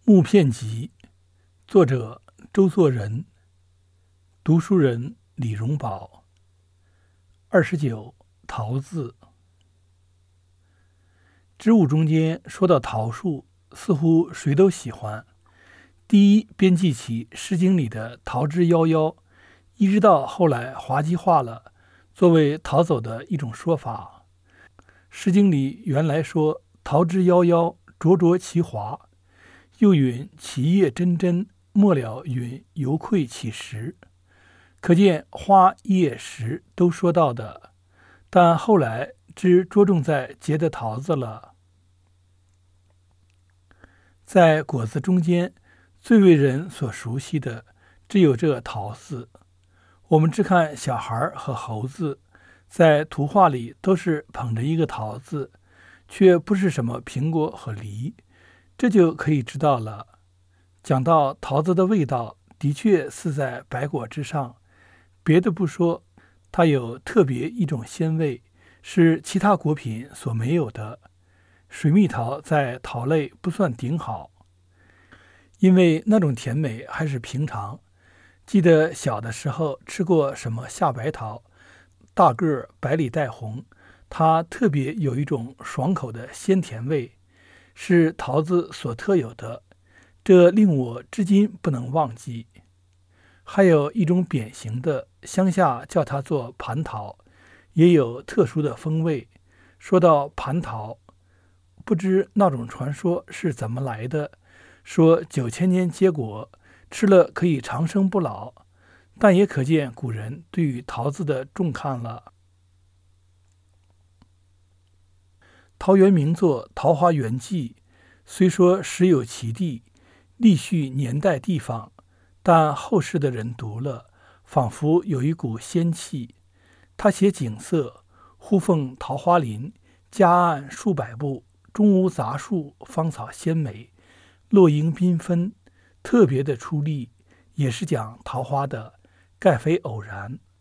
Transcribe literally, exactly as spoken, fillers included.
木片集，作者周作人，读书人李荣宝。二十九，桃字。植物中间说到桃树，似乎谁都喜欢。第一便记起《诗经》里的桃之夭夭，一直到后来滑稽化了，作为逃走的一种说法。《诗经》里原来说桃之夭夭，灼灼其华，又云其叶蓁蓁，末了云犹愧其实。可见花叶实都说到的，但后来只着重在结的桃子了。在果子中间，最为人所熟悉的只有这桃字。我们只看小孩和猴子，在图画里都是捧着一个桃子，却不是什么苹果和梨，这就可以知道了。讲到桃子的味道，的确似在白果之上，别的不说，它有特别一种鲜味，是其他果品所没有的。水蜜桃在桃类不算顶好，因为那种甜美还是平常。记得小的时候吃过什么夏白桃，大个百里带红，它特别有一种爽口的鲜甜味，是桃子所特有的，这令我至今不能忘记。还有一种扁形的，乡下叫它做蟠桃，也有特殊的风味。说到蟠桃，不知那种传说是怎么来的，说九千年结果，吃了可以长生不老，但也可见古人对于桃子的重看了。陶渊明作《桃花源记》，虽说实有其地，历叙年代地方，但后世的人读了，仿佛有一股仙气。他写景色，忽逢桃花林，夹岸数百步，中无杂树，芳草鲜美，落英缤纷，特别的出力，也是讲桃花的，概非偶然。